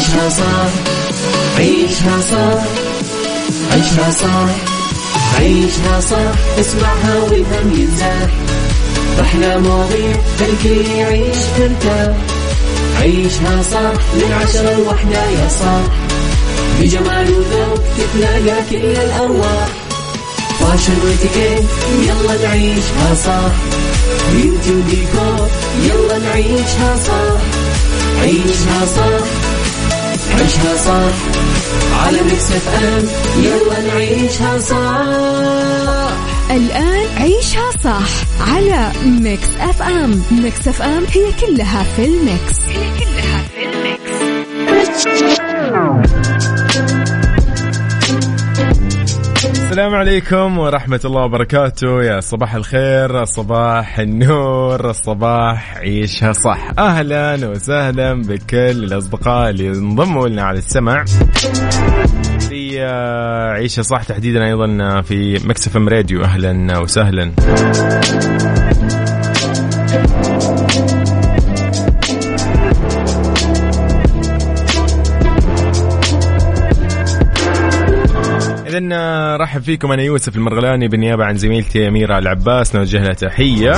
عيشها صح عيشها صح عيشها صح عيشها صح اسمعها والهم ينزاح أحلى مواضيع الكل يعيش مرتاح عيشها صح من 10 ل1 يا صاح بجمال وذوق تتلاقى كل الأرواح فاشل واتيكيت يلا نعيشها صح بيوتي وديكور يلا نعيشها صح عيشها صح عيشها صح على ميكس اف ام يلا نعيشها صح. الآن عيشها صح على ميكس اف ام. ميكس اف ام هي كلها في الميكس. السلام عليكم ورحمة الله وبركاته. يا صباح الخير، صباح النور، صباح عيشها صح. أهلا وسهلا بكل الأصدقاء اللي انضموا لنا على السمع في عيشها صح، تحديدا أيضا في ميكس اف ام راديو. أهلا وسهلا. إذن رحب فيكم، أنا يوسف المرغلاني بالنيابة عن زميلتي أميرة العباس، نوجه لها تحية.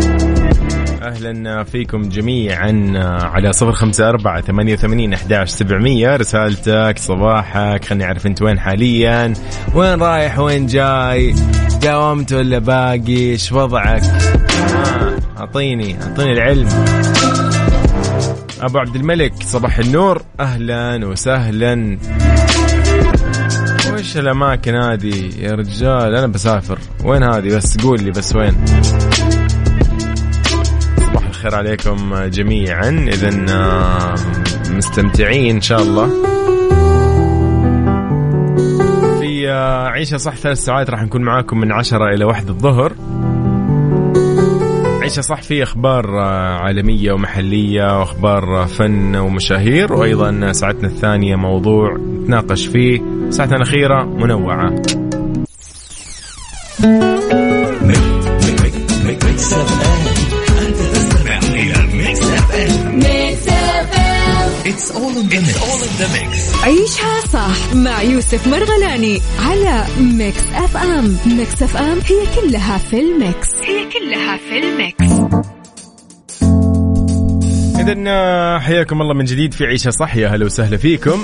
أهلا فيكم جميعا على 0548811700. رسالتك، صباحك، خلني أعرف أنت وين حاليا، وين رايح وين جاي، داومت ولا باقي، إيش وضعك؟ أعطيني العلم. أبو عبد الملك، صباح النور، أهلا وسهلا. وش الأماكن هذه يا رجال؟ أنا بسافر، وين هذه بس؟ قول لي بس وين. صباح الخير عليكم جميعا. إذن مستمتعين إن شاء الله في عيشة صح. 3 ساعات راح نكون معاكم من 10 إلى 1 الظهر. عيشة صح في أخبار عالمية ومحلية وأخبار فن ومشاهير، وأيضا ساعتنا الثانية موضوع نتناقش فيه. ساعتنا الأخيرة منوعة. عيشها صح مع يوسف مرغلاني على ميكس اف ام. ميكس اف ام هي كلها في الميكس. إذن حياكم الله من جديد في عيشها صح. يا هلا وسهلا فيكم.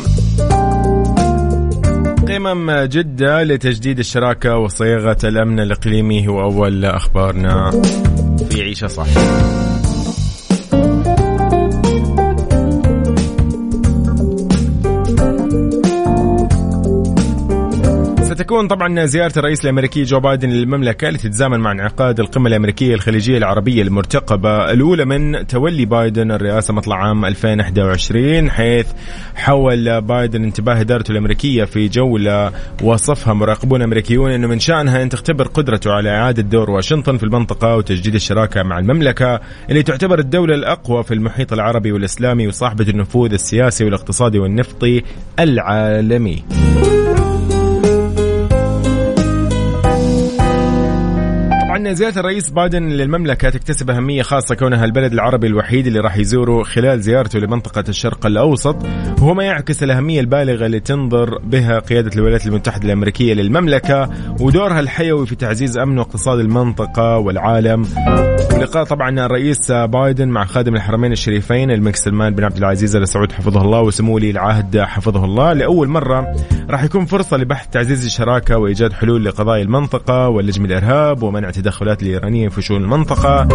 قمم جدة لتجديد الشراكة وصياغة الأمن الإقليمي هو أول أخبارنا في عيشها صح. ستكون طبعا زيارة الرئيس الأمريكي جو بايدن للمملكة لتتزامن مع انعقاد القمة الأمريكية الخليجية العربية المرتقبة الأولى من تولي بايدن الرئاسة مطلع عام 2021، حيث حول بايدن انتباه إدارته الأمريكية في جولة وصفها مراقبون أمريكيون أنه من شأنها أن تختبر قدرته على إعادة دور واشنطن في المنطقة وتجديد الشراكة مع المملكة اللي تعتبر الدولة الأقوى في المحيط العربي والإسلامي وصاحبة النفوذ السياسي والاقتصادي والنفطي العالمي. زيارة الرئيس بايدن للمملكة تكتسب أهمية خاصة كونها البلد العربي الوحيد اللي راح يزوره خلال زيارته لمنطقة الشرق الأوسط، وهو ما يعكس الأهمية البالغة اللي تنظر بها قيادة الولايات المتحدة الأمريكية للمملكة ودورها الحيوي في تعزيز أمن واقتصاد المنطقة والعالم. ولقاء طبعا الرئيس بايدن مع خادم الحرمين الشريفين الملك سلمان بن عبد العزيز آل سعود حفظه الله وسمو ولي العهد حفظه الله لأول مرة راح يكون فرصة لبحث تعزيز الشراكة وإيجاد حلول لقضايا المنطقة واللجم الإرهاب ومنع التدخلات الإيرانية في شؤون المنطقة.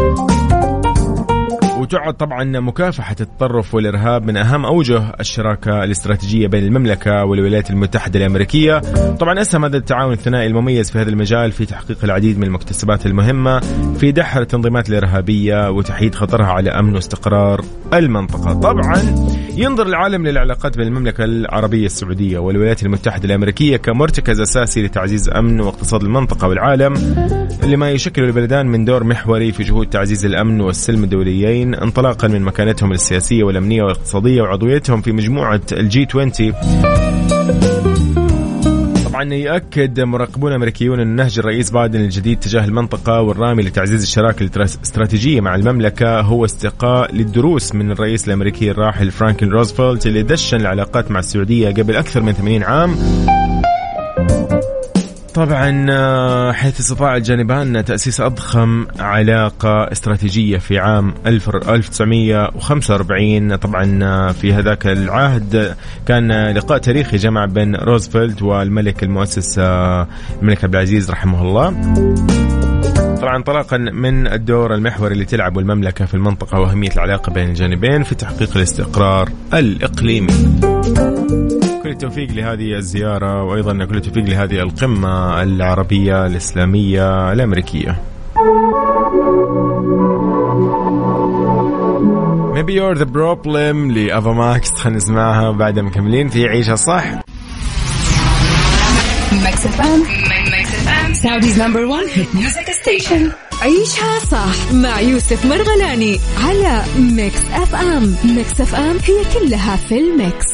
وتعد طبعا مكافحة التطرف والإرهاب من أهم أوجه الشراكة الاستراتيجية بين المملكة والولايات المتحدة الأمريكية. طبعا أسهم هذا التعاون الثنائي المميز في هذا المجال في تحقيق العديد من المكتسبات المهمة في دحر التنظيمات الإرهابية وتحييد خطرها على أمن واستقرار المنطقة. طبعا ينظر العالم للعلاقات بين المملكة العربية السعودية والولايات المتحدة الأمريكية كمرتكز أساسي لتعزيز أمن واقتصاد المنطقة والعالم، اللي ما يشكل البلدان من دور محوري في جهود تعزيز الأمن والسلم الدوليين انطلاقا من مكانتهم السياسية والأمنية والاقتصادية وعضويتهم في مجموعة الجي 20. طبعا طبعا يؤكد مراقبون أمريكيون أن نهج الرئيس بايدن الجديد تجاه المنطقة والرامي لتعزيز الشراكة الاستراتيجية مع المملكة هو استقاء للدروس من الرئيس الأمريكي الراحل فرانكلين روزفلت اللي دشن العلاقات مع السعودية قبل أكثر من 80 عام. طبعا حيث استطاع الجانبان تأسيس أضخم علاقة استراتيجية في عام 1945. طبعا في هذاك العهد كان لقاء تاريخي جمع بين روزفلت والملك المؤسس الملك عبد العزيز رحمه الله. طبعا انطلاقا من الدور المحوري اللي تلعبه المملكة في المنطقة وأهمية العلاقة بين الجانبين في تحقيق الاستقرار الإقليمي. كل التوفيق لهذه الزيارة وأيضا كل التوفيق لهذه القمة العربية الإسلامية الأمريكية. Maybe you're the problem لأفا ماكس. خلينا نسمعها بعد مكملين في عيشة صح. ميكس اف ام Saudi's number one hit music station. عيشها صح مع يوسف مرغلاني على ميكس اف ام. ميكس اف ام هي كلها في الميكس.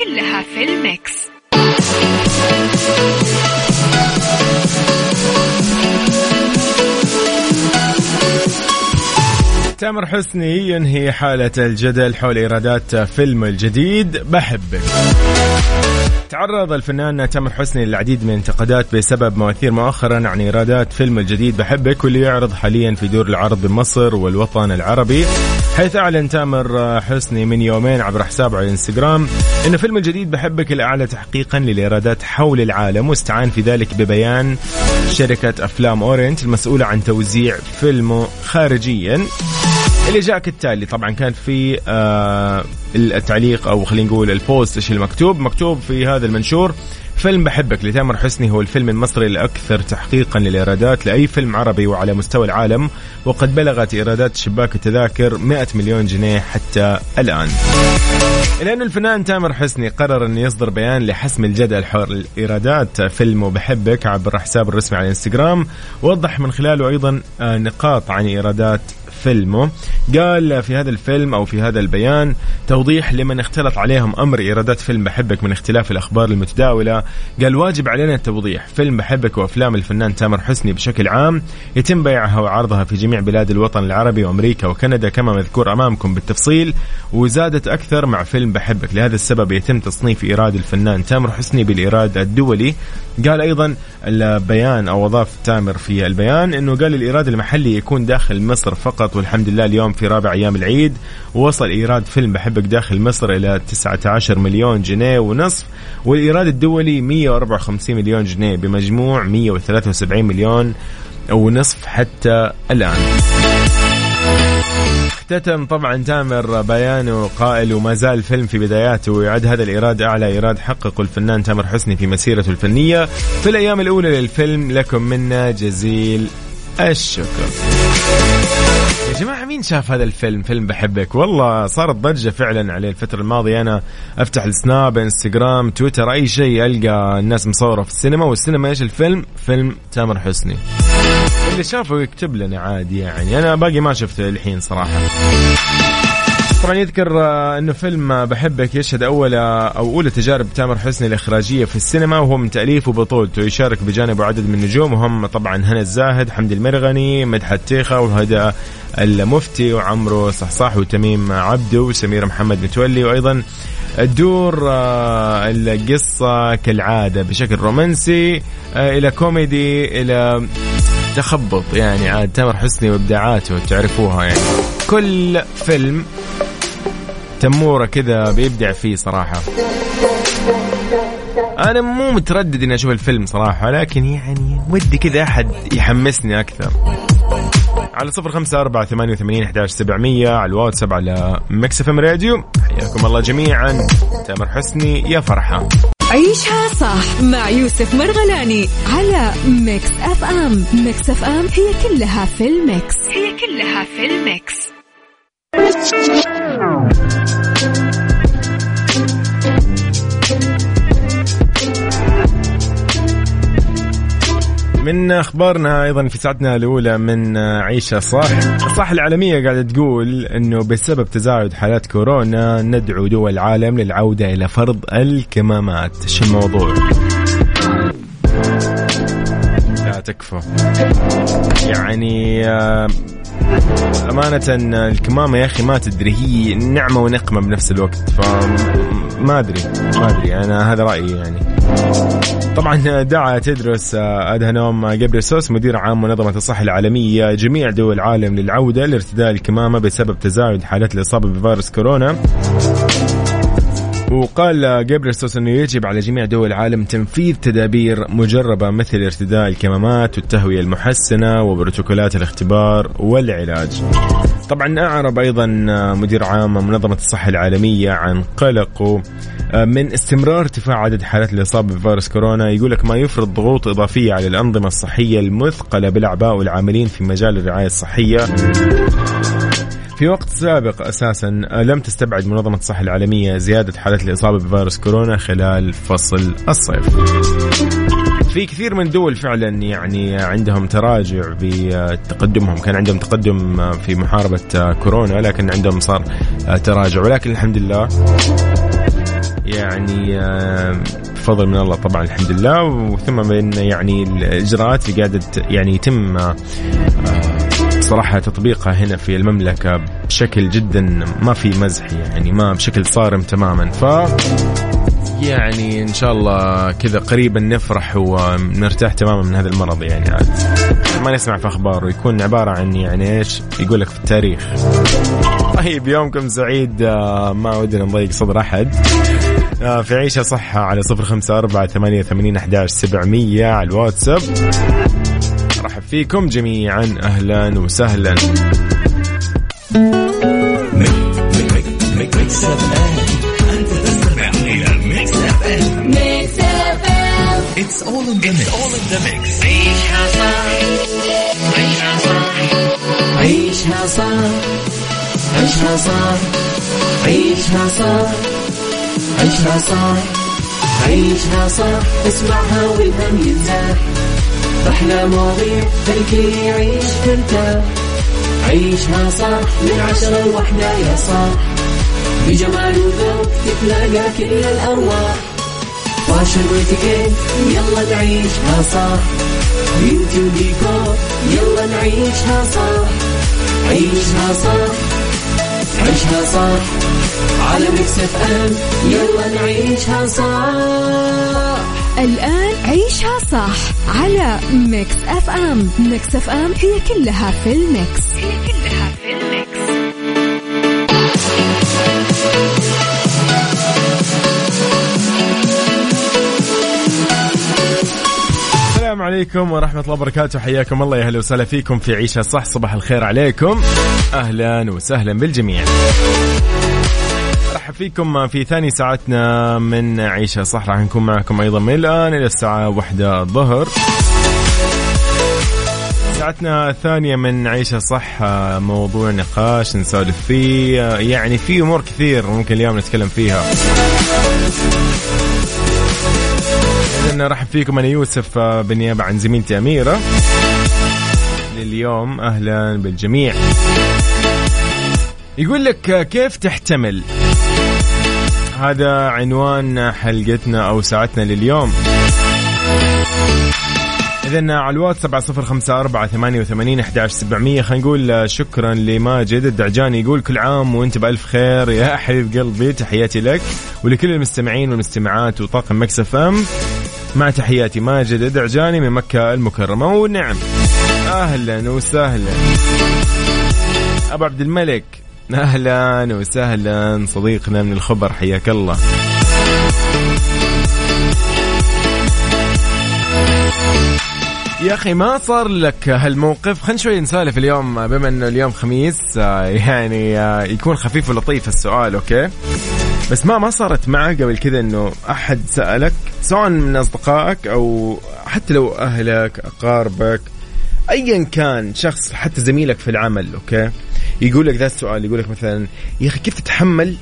تامر حسني ينهي حالة الجدل حول إيرادات فيلم الجديد بحبك. تعرض الفنان تامر حسني للعديد من الانتقادات بسبب مؤثير مؤخرا عن إيرادات فيلم الجديد بحبك واللي يعرض حاليا في دور العرض بمصر والوطن العربي. حيث أعلن تامر حسني من يومين عبر حسابه على الانستغرام إن فيلم الجديد بحبك الأعلى تحقيقا للإيرادات حول العالم، واستعان في ذلك ببيان شركة أفلام أورنت المسؤولة عن توزيع فيلمه خارجيا اللي جاء كالتالي. طبعا كان في التعليق أو خلينا نقول البوست إيش مكتوب في هذا المنشور: فيلم بحبك لتامر حسني هو الفيلم المصري الأكثر تحقيقا للإيرادات لأي فيلم عربي وعلى مستوى العالم، وقد بلغت إيرادات شباك التذاكر 100 مليون جنيه حتى الآن. لأن الفنان تامر حسني قرر أن يصدر بيان لحسم الجدل حول إيرادات فيلمه بحبك عبر حسابه الرسمي على الانستغرام، ووضح من خلاله أيضا نقاط عن إيرادات فيلمه. قال في هذا الفيلم أو في هذا البيان توضيح لمن اختلط عليهم أمر إيرادات فيلم بحبك من اختلاف الأخبار المتداولة. قال واجب علينا التوضيح، فيلم بحبك وأفلام الفنان تامر حسني بشكل عام يتم بيعها وعرضها في جميع بلاد الوطن العربي وأمريكا وكندا كما مذكور أمامكم بالتفصيل، وزادت أكثر مع فيلم بحبك. لهذا السبب يتم تصنيف إيراد الفنان تامر حسني بالإيراد الدولي. قال أيضا البيان أو أضاف تامر في البيان أنه قال الإيراد المحلي يكون داخل مصر فقط، والحمد لله اليوم في رابع أيام العيد ووصل إيراد فيلم بحبك داخل مصر إلى 19 مليون جنيه ونصف، والإيراد الدولي 154 مليون جنيه بمجموع 173 مليون ونصف حتى الآن. اختتم طبعا تامر بيانه قائل وما زال الفيلم في بداياته ويعد هذا الإيراد أعلى إيراد حققه الفنان تامر حسني في مسيرته الفنية في الأيام الأولى للفيلم، لكم منا جزيل الشكر. يا جماعة مين شاف هذا الفيلم فيلم بحبك؟ والله صارت ضجة فعلا عليه الفترة الماضية. أنا أفتح السناب انستغرام تويتر أي شيء ألقى الناس مصورة في السينما، والسينما إيش الفيلم؟ فيلم تامر حسني. اللي شافه يكتب لنا عادي، يعني أنا باقي ما شفته الحين صراحة. طبعا يذكر أنه فيلم بحبك يشهد أولى تجارب تامر حسني الإخراجية في السينما، وهو من تأليف وبطولته. يشارك بجانبه عدد من النجوم وهم طبعا هنا الزاهد، حمد المرغني، مدحت تيخة، وهدى المفتي، وعمرو صحصاح، وتميم عبده، وسمير محمد متولي. وأيضا الدور القصة كالعادة بشكل رومانسي إلى كوميدي إلى تخبط، يعني عاد تامر حسني وإبداعاته تعرفوها. يعني كل فيلم تمورة كذا بيبدع فيه صراحة. أنا مو متردد إني أشوف الفيلم صراحة، لكن يعني ودي كذا أحد يحمسني أكثر. على 0548811700 على الواتساب على ميكس اف ام راديو. حياكم الله جميعا. تامر حسني يا فرحة. عيشها صح مع يوسف مرغلاني على ميكس اف ام. ميكس اف ام هي كلها في الميكس. من أخبارنا أيضا في ساعتنا الأولى من عيشة صح. الصحة العالمية قاعدة تقول أنه بسبب تزايد حالات كورونا ندعو دول العالم للعودة إلى فرض الكمامات. شو الموضوع؟ لا تكفى. يعني أمانة الكمامة يا أخي ما تدري هي نعمة ونقمة بنفس الوقت، فما أدري أنا هذا رأيي يعني. طبعا دعا تدرس أدهانوم غيبريسوس مدير عام منظمة الصحة العالمية جميع دول العالم للعودة لارتداء الكمامة بسبب تزايد حالات الإصابة بفيروس كورونا. وقال غيبريسوس أنه يجب على جميع دول العالم تنفيذ تدابير مجربة مثل ارتداء الكمامات والتهوية المحسنة وبروتوكولات الاختبار والعلاج. طبعا أعرب أيضا مدير عام منظمة الصحة العالمية عن قلقه من استمرار ارتفاع عدد حالات الإصابة بفيروس كورونا. يقول لك ما يفرض ضغوط إضافية على الأنظمة الصحية المثقلة بالأعباء والعاملين في مجال الرعاية الصحية. في وقت سابق أساسا لم تستبعد منظمة الصحة العالمية زيادة حالات الإصابة بفيروس كورونا خلال فصل الصيف. في كثير من دول فعلا يعني عندهم تراجع بتقدمهم، كان عندهم تقدم في محاربة كورونا لكن عندهم صار تراجع، ولكن الحمد لله يعني بفضل من الله طبعا الحمد لله، وثم من يعني الإجراءات اللي قاعدة يعني يتم صراحة تطبيقها هنا في المملكة بشكل جدا ما في مزح، يعني ما بشكل صارم تماما. يعني إن شاء الله كذا قريبا نفرح ونرتاح تماما من هذا المرض، يعني عاد ما نسمع في أخبار ويكون عبارة عن يعني إيش يقولك في التاريخ. طيب يومكم سعيد، ما ودنا نضيق صدر أحد. في عيشة صحة على 0548811700 على الواتساب. رحب فيكم جميعا، أهلا وسهلا. It's all in the mix. عيشها صح، عيشها صح، عيشها صح، عيشها صح، عيشها صح، عيشها صح. اسمعها والهم ينزاح، أحلى مواضيع الكل يعيش مرتاح. عيشها صح من 10 ل1 يا صاح، بجمال وذوق تتلاقى كل الأرواح. فاشل واتيكيت يلا نعيشها صح، بيوتي وديكور يلا نعيشها صح. عيشها صح، عيشها صح، على ميكس اف ام يلا نعيشها صح. الآن عيشها صح على ميكس اف ام. ميكس اف ام هي كلها في الميكس، هي كلها في الميكس. السلام عليكم ورحمة الله وبركاته، حياكم الله، يا أهلا وسهلا فيكم في عيشها صح. صباح الخير عليكم، أهلا وسهلا بالجميع. رحب فيكم في ثاني ساعتنا من عيشها صح، راح نكون معكم أيضا من الآن إلى الساعة 1 الظهر. ساعتنا الثانية من عيشها صح موضوع نقاش نسولف فيه، يعني في أمور كثير ممكن اليوم نتكلم فيها. رحب فيكم أنا يوسف بالنيابة عن زميلتي أميرة لليوم. أهلا بالجميع. يقول لك كيف تحتمل، هذا عنوان حلقتنا أو ساعتنا لليوم. إذن على الواتس 705488111700. خلينا نقول شكرا لماجد الدعجاني، يقول كل عام وانت بألف خير يا حبيب قلبي، تحياتي لك ولكل المستمعين والمستمعات وطاقم ميكس اف ام. مع تحياتي ماجد الدعجاني من مكة المكرمة. ونعم أهلا وسهلا أبو عبد الملك، أهلا وسهلا صديقنا من الخبر، حياك الله. يا أخي ما صار لك هالموقف؟ خلينا شوي نسالف اليوم بما أنه اليوم خميس، يعني يكون خفيف ولطيف السؤال، أوكي؟ بس ما صارت معك قبل كذا أنه أحد سألك سواء من أصدقائك أو حتى لو أهلك أقاربك أيا كان شخص، حتى زميلك في العمل، أوكي، يقول لك ذا السؤال، يقول لك مثلا يا أخي كيف تتحمل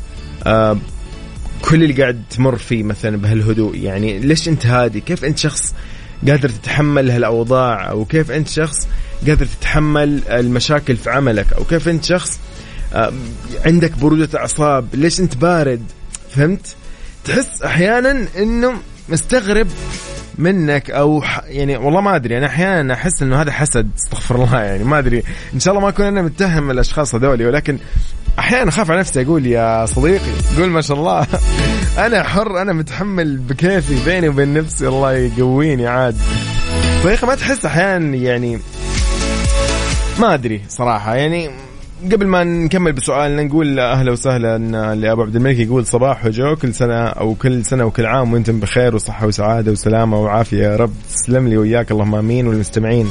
كل اللي قاعد تمر فيه مثلا بهالهدوء؟ يعني ليش أنت هادي؟ كيف أنت شخص قادر تتحمل هالأوضاع؟ أو كيف أنت شخص قادر تتحمل المشاكل في عملك؟ أو كيف أنت شخص عندك برودة أعصاب؟ ليش أنت بارد؟ فهمت؟ تحس أحيانا إنه مستغرب منك أو يعني والله ما أدري، أنا أحيانا أحس إنه هذا حسد، استغفر الله يعني ما أدري، إن شاء الله ما أكون أنا متهم الأشخاص هذولي، ولكن أحيانا أخاف على نفسي أقول يا صديقي قول ما شاء الله أنا حر، أنا متحمل بكيفي بيني وبين نفسي، الله يقويني عاد. فيا أخي ما تحس أحيانا يعني ما أدري صراحة. يعني قبل ما نكمل بسؤالنا نقول أهلا وسهلا لأبو عبد الملك، يقول صباح وجو، كل سنة وكل عام وأنتم بخير وصحة وسعادة وسلامة وعافية يا رب، تسلم لي وياك اللهم آمين والمستمعين.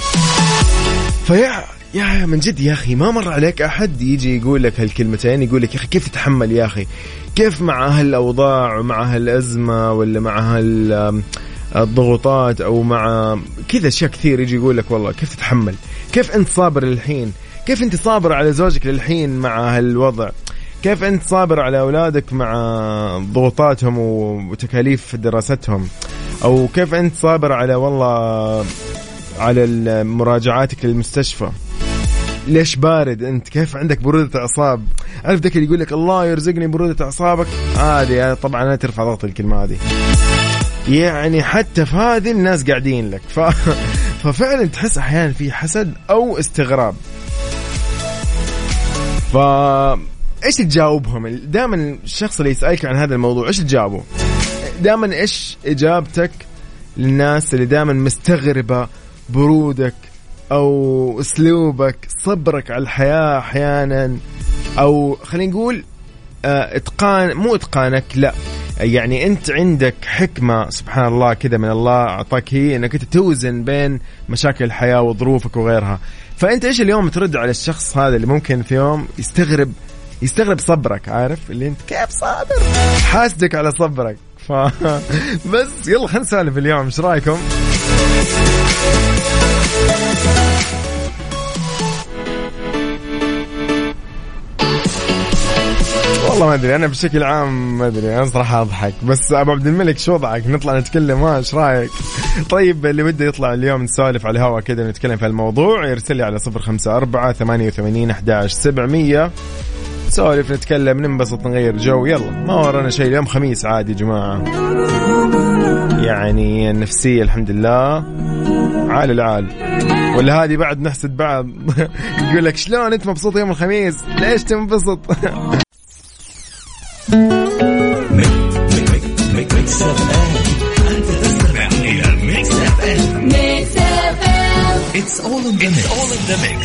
يا من جد يا أخي ما مر عليك أحد يجي يقول لك هالكلمتين، يقول لك يا أخي كيف تتحمل يا أخي، كيف مع هالأوضاع ومع هالأزمة ولا مع هالضغوطات أو مع كذا أشياء كثير، يجي يقول لك والله كيف تتحمل، كيف أنت صابر للحين، كيف أنت صابر على زوجك للحين مع هالوضع، كيف أنت صابر على أولادك مع ضغوطاتهم وتكاليف دراستهم، أو كيف أنت صابر على والله على مراجعاتك للمستشفى، ليش بارد أنت، كيف عندك برودة أعصاب. عارف ذاك اللي يقول لك الله يرزقني برودة أعصابك، هذه طبعا أنا ترفع ضغط الكلمة هذه، يعني حتى في هذه الناس قاعدين لك ففعلا تحس أحيانا في حسد أو استغراب. إيش تجاوبهم دائما الشخص اللي يسألك عن هذا الموضوع؟ إيش تجاوبه دائما؟ إيش إجابتك للناس اللي دائما مستغربة برودك أو أسلوبك، صبرك على الحياة أحيانا، أو خلينا نقول مو إتقانك، لا يعني أنت عندك حكمة سبحان الله كذا من الله أعطاك، هي أنك توزن بين مشاكل الحياة وظروفك وغيرها. فأنت إيش اليوم ترد على الشخص هذا اللي ممكن في يوم يستغرب صبرك، عارف اللي أنت كيف صابر، حاسدك على صبرك. بس يلا خلينا نسولف اليوم، إيش رأيكم؟ والله ما أدري، أنا بشكل عام ما أدري، أنا صراحة أضحك. بس أبو عبد الملك شو وضعك؟ نطلع نتكلم إيش رأيك؟ طيب اللي بده يطلع اليوم نسولف على الهواء كده نتكلم في الموضوع يرسل لي على 0548811700 سولف نتكلم ننبسط نغير جو. يلا ما ورانا شيء، اليوم خميس عادي يا جماعة، يعني النفسية الحمد لله عال العال. ولا هذه بعد نحسد بعض يقول لك شلون أنت مبسوط يوم الخميس، ليش تنبسط؟ It's all in the mix.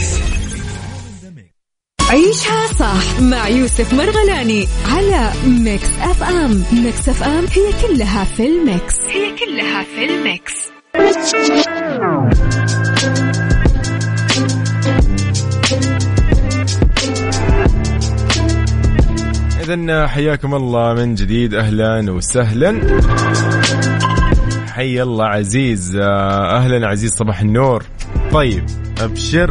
عيشها صح مع يوسف مرغلاني على ميكس اف ام. ميكس اف ام هي كلها في الميكس، إذن حياكم الله من جديد، أهلا وسهلا، حي الله عزيز، أهلا عزيز، صباح النور. طيب أبشر،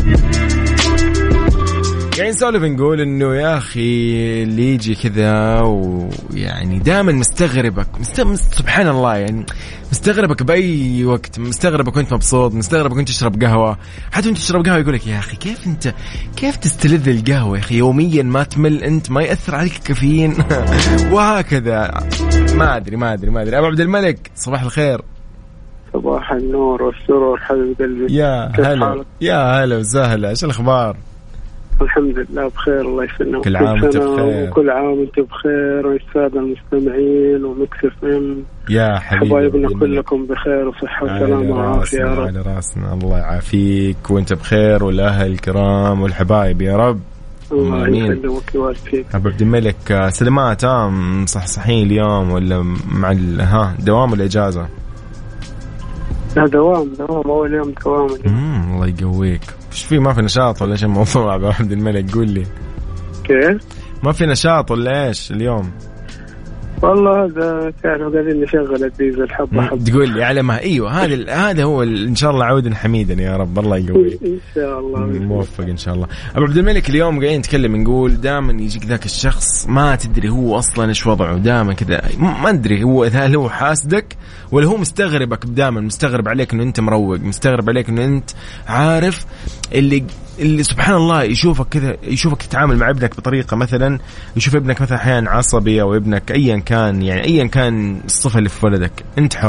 يعني نسولف نقول إنه يا أخي اللي يجي كذا ويعني دائما مستغربك سبحان الله، يعني مستغربك بأي وقت، مستغربك وأنت مبسوط، مستغربك وأنت تشرب قهوة، حتى وأنت تشرب قهوة يقولك يا أخي كيف تستلذ القهوة يا أخي يوميا، ما تمل أنت، ما يأثر عليك الكافيين وهكذا. ما أدري. أبو عبد الملك صباح الخير. صباح النور والسرور حبيب قلبي، يا هلا وسهلا، ايش الاخبار؟ الحمد لله بخير الله يسلمك، كل عام وانت بخير، وكل عام وانت بخير، والسادة المستمعين وميكس اف ام يا حبيبي حبايبنا كلكم بخير وصحة وسلامة وعافية يا رب. على راسنا، الله يعافيك وانت بخير والاهل الكرام والحبايب يا رب. الله يسلمك ويوفقك. ابو عبد الملك سلامات، صحصحين اليوم ولا مع دوام ولا اجازة؟ لا دوام أول يوم دوام. الله يقويك. إيش في، ما في نشاط ولا إيش الموضوع أبو عبد الملك؟ قول لي كيف ما في نشاط ولا إيش اليوم؟ والله هذا كانوا قاعدين نشغل الديزل حبة تقول لي على ما أيوة هذا هو إن شاء الله عودا حميدا يا رب، الله يقويك إن شاء الله، موفق إن شاء الله. أبو عبد الملك اليوم قاعدين نتكلم نقول دائما يجيك ذاك الشخص ما تدري هو أصلا إيش وضعه، دائما كذا ما أدري هل هو حاسدك ولا هو مستغربك، دائما مستغرب عليك إنه أنت مروق، مستغرب عليك إنه أنت عارف اللي سبحان الله يشوفك كذا، يشوفك تتعامل مع ابنك بطريقة مثلا، يشوف ابنك مثلا أحيانا عصبي أو ابنك أيا كان، يعني أيا كان الصفة اللي في ولدك أنت حر،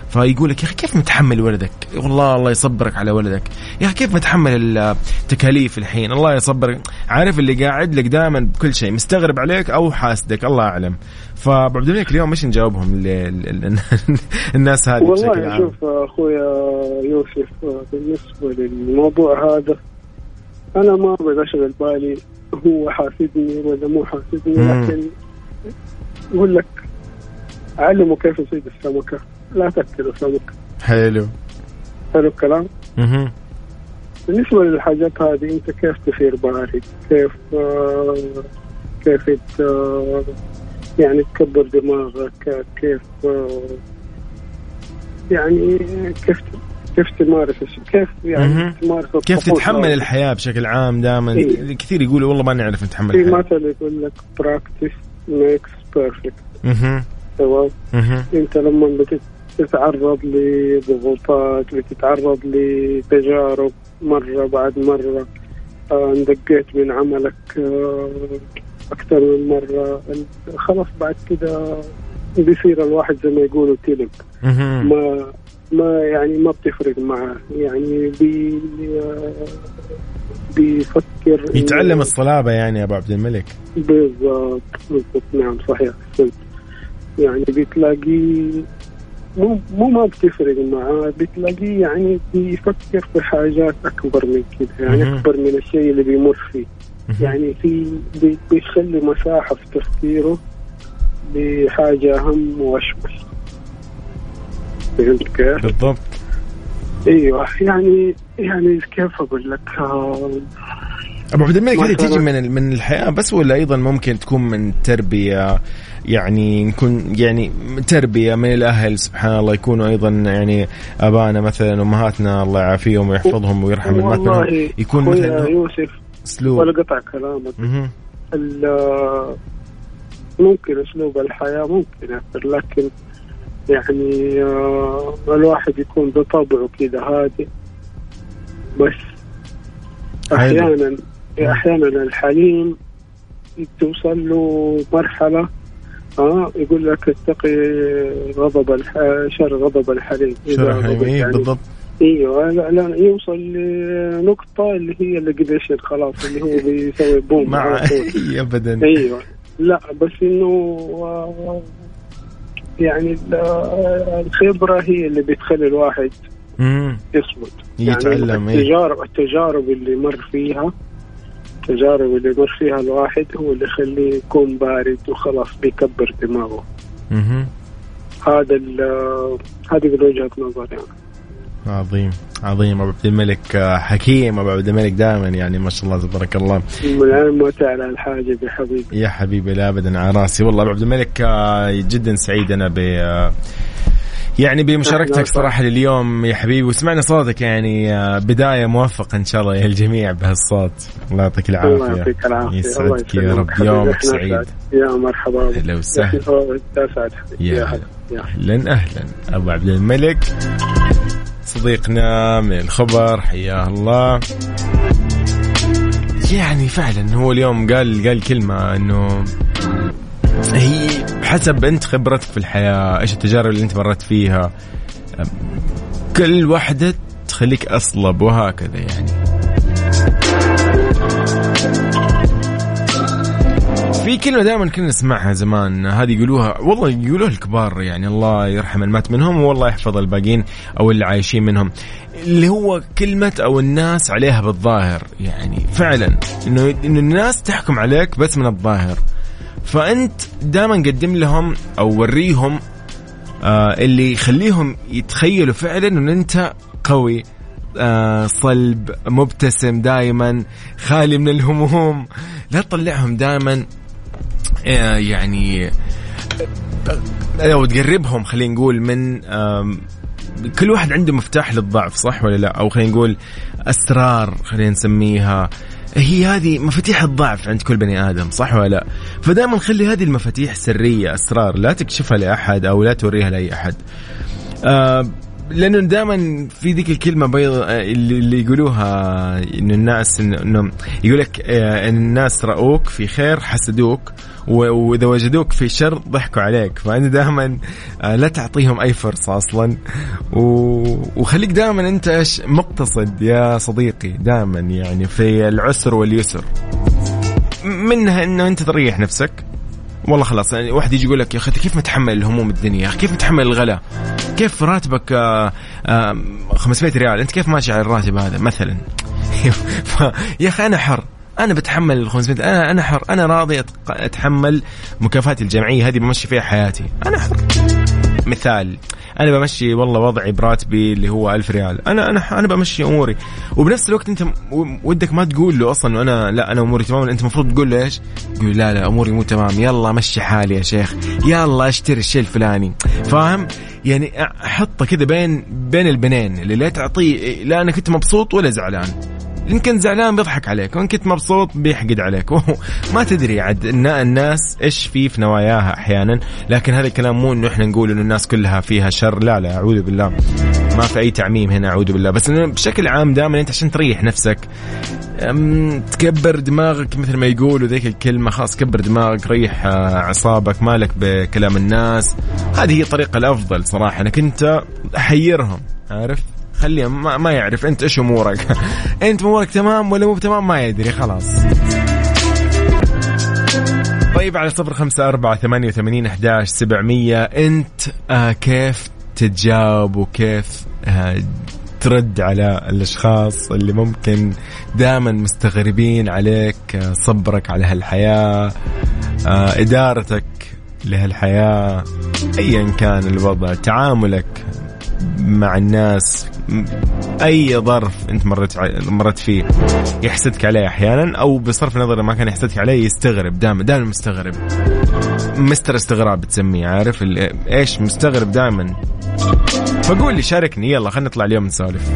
فيقول لك يا أخي كيف متحمل ولدك؟ والله الله يصبرك على ولدك. يا أخي كيف متحمل التكاليف الحين؟ الله يصبرك. عارف اللي قاعد لك دائما بكل شيء، مستغرب عليك أو حاسدك، الله أعلم. فعبد الملك اليوم مش نجاوبهم الناس هذه بشكل عام. والله شوف أخويا يوسف، بالنسبة للموضوع هذا أنا ما أبغى أشغل بالي هو حاسدني ولا مو حاسدني، لكن يقول لك علموا كيف يصيد السمكة لا تقتلوا سمكة. حلو الكلام. بالنسبة للحاجات هذه أنت كيف تثير بارد، كيف يعني تكبر دماغك، كيف يعني كيف تمارس، كيف يعني تمارس، كيف تتحمل الحياة بشكل عام. دائما كثير يقولوا والله ما نعرف نتحمل الحياة. في مثل يقول لك practice makes perfect. تمام. انت لما بتتعرض لضغوطات، بتتعرض لتجارب مرة بعد مرة، اندقيت من عملك أكثر من مرة، خلاص بعد كده بيصير الواحد زي ما يقولوا تلب. ما يعني ما بتفرق معه، يعني بيفكر يتعلم الصلابة يعني يا أبو عبد الملك. بالضبط نعم صحيح. يعني بتلاقيه مو ما بتفرق معه، بتلاقيه يعني بيفكر في حاجات أكبر من كده، يعني أكبر من الشيء اللي بيمر فيه. يعني بيخلي مساحة في تفكيره بحاجة أهم وأشمل. فهمت كيف؟ بالضبط. ايوه يعني كيف اقول لك ابو عبد الملك، هذه تيجي من الحياه بس ولا ايضا ممكن تكون من تربيه؟ يعني نكون يعني تربيه من الاهل سبحان الله، يكونوا ايضا يعني ابانا مثلا امهاتنا الله يعافيهم ويحفظهم ويرحم الموتى، يكون مثلا يوسف اسلوب ولا قطع كلامك. ممكن اسلوب الحياه ممكن يأثر، لكن يعني الواحد يكون بطبعه كده هادي، بس أحيانا الحليم توصل له مرحلة يقول لك اتقي شر غضب الحليم. يعني بالضبط. ايوه لا يوصل لنقطة اللي هي اللي قديش خلاص اللي هو بيسوي بوم مع ابدا. ايوه لا بس انه يعني الخبرة هي اللي بتخلي الواحد يصمد، يتعلم. يعني التجارب اللي مر فيها الواحد هو اللي يخليه يكون بارد وخلاص بيكبر دماغه. هذه وجهة نظر يعني. عظيم أبو عبد الملك، حكيم أبو عبد الملك دائما يعني ما شاء الله تبارك الله. من على الحاجة بحبيبي يا حبيبي لا أبدا على راسي والله. أبو عبد الملك جدا سعيد أنا يعني بمشاركتك صراحة اليوم يا حبيبي، وسمعنا صوتك يعني بداية موفقة إن شاء الله يا الجميع بهالصوت. الله يعطيك العافية. الله يعطيك العافية. يسعدك يا رب، يومك سعيد. يا مرحبا. أهلا وسهلا. يا أهلا أبو عبد الملك صديقنا من الخبر، حياه الله. يعني فعلا هو اليوم قال كلمة انه هي حسب انت خبرتك في الحياة، ايش التجارب اللي انت مرت فيها، كل واحدة تخليك اصلب وهكذا. يعني في كلمة دائما كنا نسمعها زمان، هذه يقولوها والله يقولوها الكبار، يعني الله يرحم المات منهم والله يحفظ الباقين أو اللي عايشين منهم، اللي هو كلمة أو الناس عليها بالظاهر. يعني فعلا إنه الناس تحكم عليك بس من الظاهر، فأنت دائما قدم لهم أو وريهم اللي يخليهم يتخيلوا فعلا إنه أنت قوي، صلب، مبتسم دائما، خالي من الهموم. لا تطلعهم دائما يعني لو تقربهم خلينا نقول من كل واحد عنده مفتاح للضعف، صح ولا لا؟ أو خلينا نقول أسرار خلينا نسميها، هي هذه مفاتيح الضعف عند كل بني آدم، صح ولا لا؟ فدائما خلي هذه المفاتيح سرية، أسرار لا تكشفها لأحد أو لا توريها لأي أحد. لأنه دائما في ذيك الكلمة بيض اللي يقولوها إنه الناس إنه يقولك الناس رأوك في خير حسدوك وإذا وجدوك في شر ضحكوا عليك. فأنا دائما لا تعطيهم أي فرصة أصلا وخليك دائما أنت إيش مقتصد يا صديقي دائما يعني في العسر واليسر منها إنه أنت تريح نفسك. والله خلاص يعني واحد يجي يقول لك يا أخي كيف متحمل الهموم الدنيا كيف متحمل الغلاء كيف راتبك 500 ريال أنت كيف ماشي على الراتب هذا مثلا يا أخي أنا حر أنا بتحمل ال 500 أنا حر أنا راضي أتحمل مكافاتي الجمعية هذه بمشي فيها حياتي أنا حر. مثال أنا بمشي والله وضعي براتبي اللي هو 1000 ريال أنا بمشي أموري. وبنفس الوقت أنت ودك ما تقول له أصلا أنا أموري تمام. أنت مفروض تقول له إيش تقول لا أموري مو تمام يلا مشي حالي يا شيخ يلا اشتري الشيء الفلاني فاهم يعني حطه كذا بين البنين اللي لا تعطيه لا أنا كنت مبسوط ولا زعلان. إن كنت زعلان بيضحك عليك وإن كنت مبسوط بيحقد عليك ما تدري عد الناس إيش في نواياها أحيانا. لكن هذا الكلام مو إنه إحنا نقول إنه الناس كلها فيها شر لا أعوذ بالله ما في أي تعميم هنا أعوذ بالله. بس إنه بشكل عام دائما أنت عشان تريح نفسك تكبر دماغك مثل ما يقولوا ذيك الكلمة خلاص كبر دماغك ريح أعصابك مالك بكلام الناس. هذه هي الطريقة الأفضل صراحة أنك أنت حيرهم عارف خليهم ما يعرف أنت إيش أمورك أنت أمورك تمام ولا مو تمام ما يدري خلاص. طيب على 0548811700 أنت كيف تتجاوب وكيف ترد على الأشخاص اللي ممكن دائما مستغربين عليك صبرك على هالحياة إدارتك لهالحياة أيا كان الوضع تعاملك مع الناس أي ظرف أنت مرت فيه يحسدك عليه أحيانا أو بصرف النظر ما كان يحسدك عليه يستغرب دائما مستغرب مستر استغراب بتسميه عارف إيش مستغرب دائما. فقول لي شاركني يلا خلينا نطلع اليوم نسولف.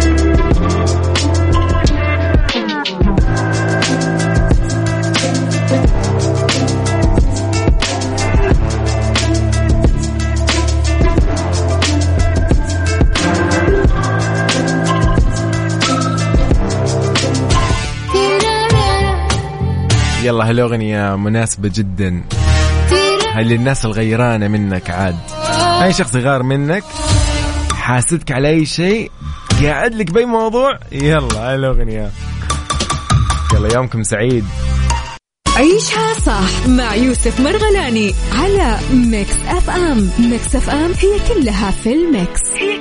يلا هالأغنية مناسبة جدا هاي للناس الغيرانة منك عاد أي شخص يغار منك حاسدك على أي شيء قاعد لك بأي موضوع يلا هالأغنية يلا يومكم سعيد. عيشها صح مع يوسف مرغلاني على ميكس اف ام. ميكس اف ام هي كلها في الميكس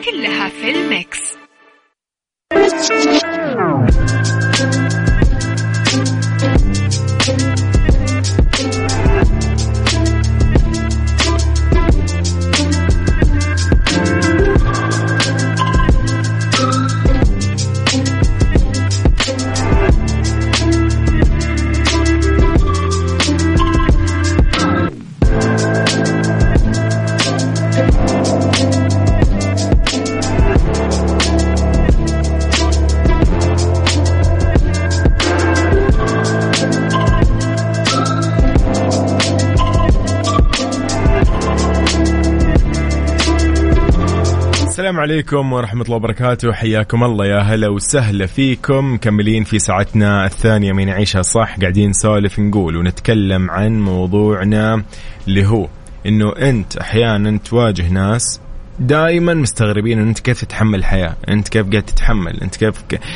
السلام عليكم ورحمة الله وبركاته حياكم الله يا هلا وسهلا فيكم مكملين في ساعتنا الثانية من عيشها صح قاعدين نسولف نقول ونتكلم عن موضوعنا اللي هو إنه أنت أحيانا تواجه ناس دائما مستغربين إن أنت كيف تتحمل الحياة أنت كيف قاعد تتحمل أنت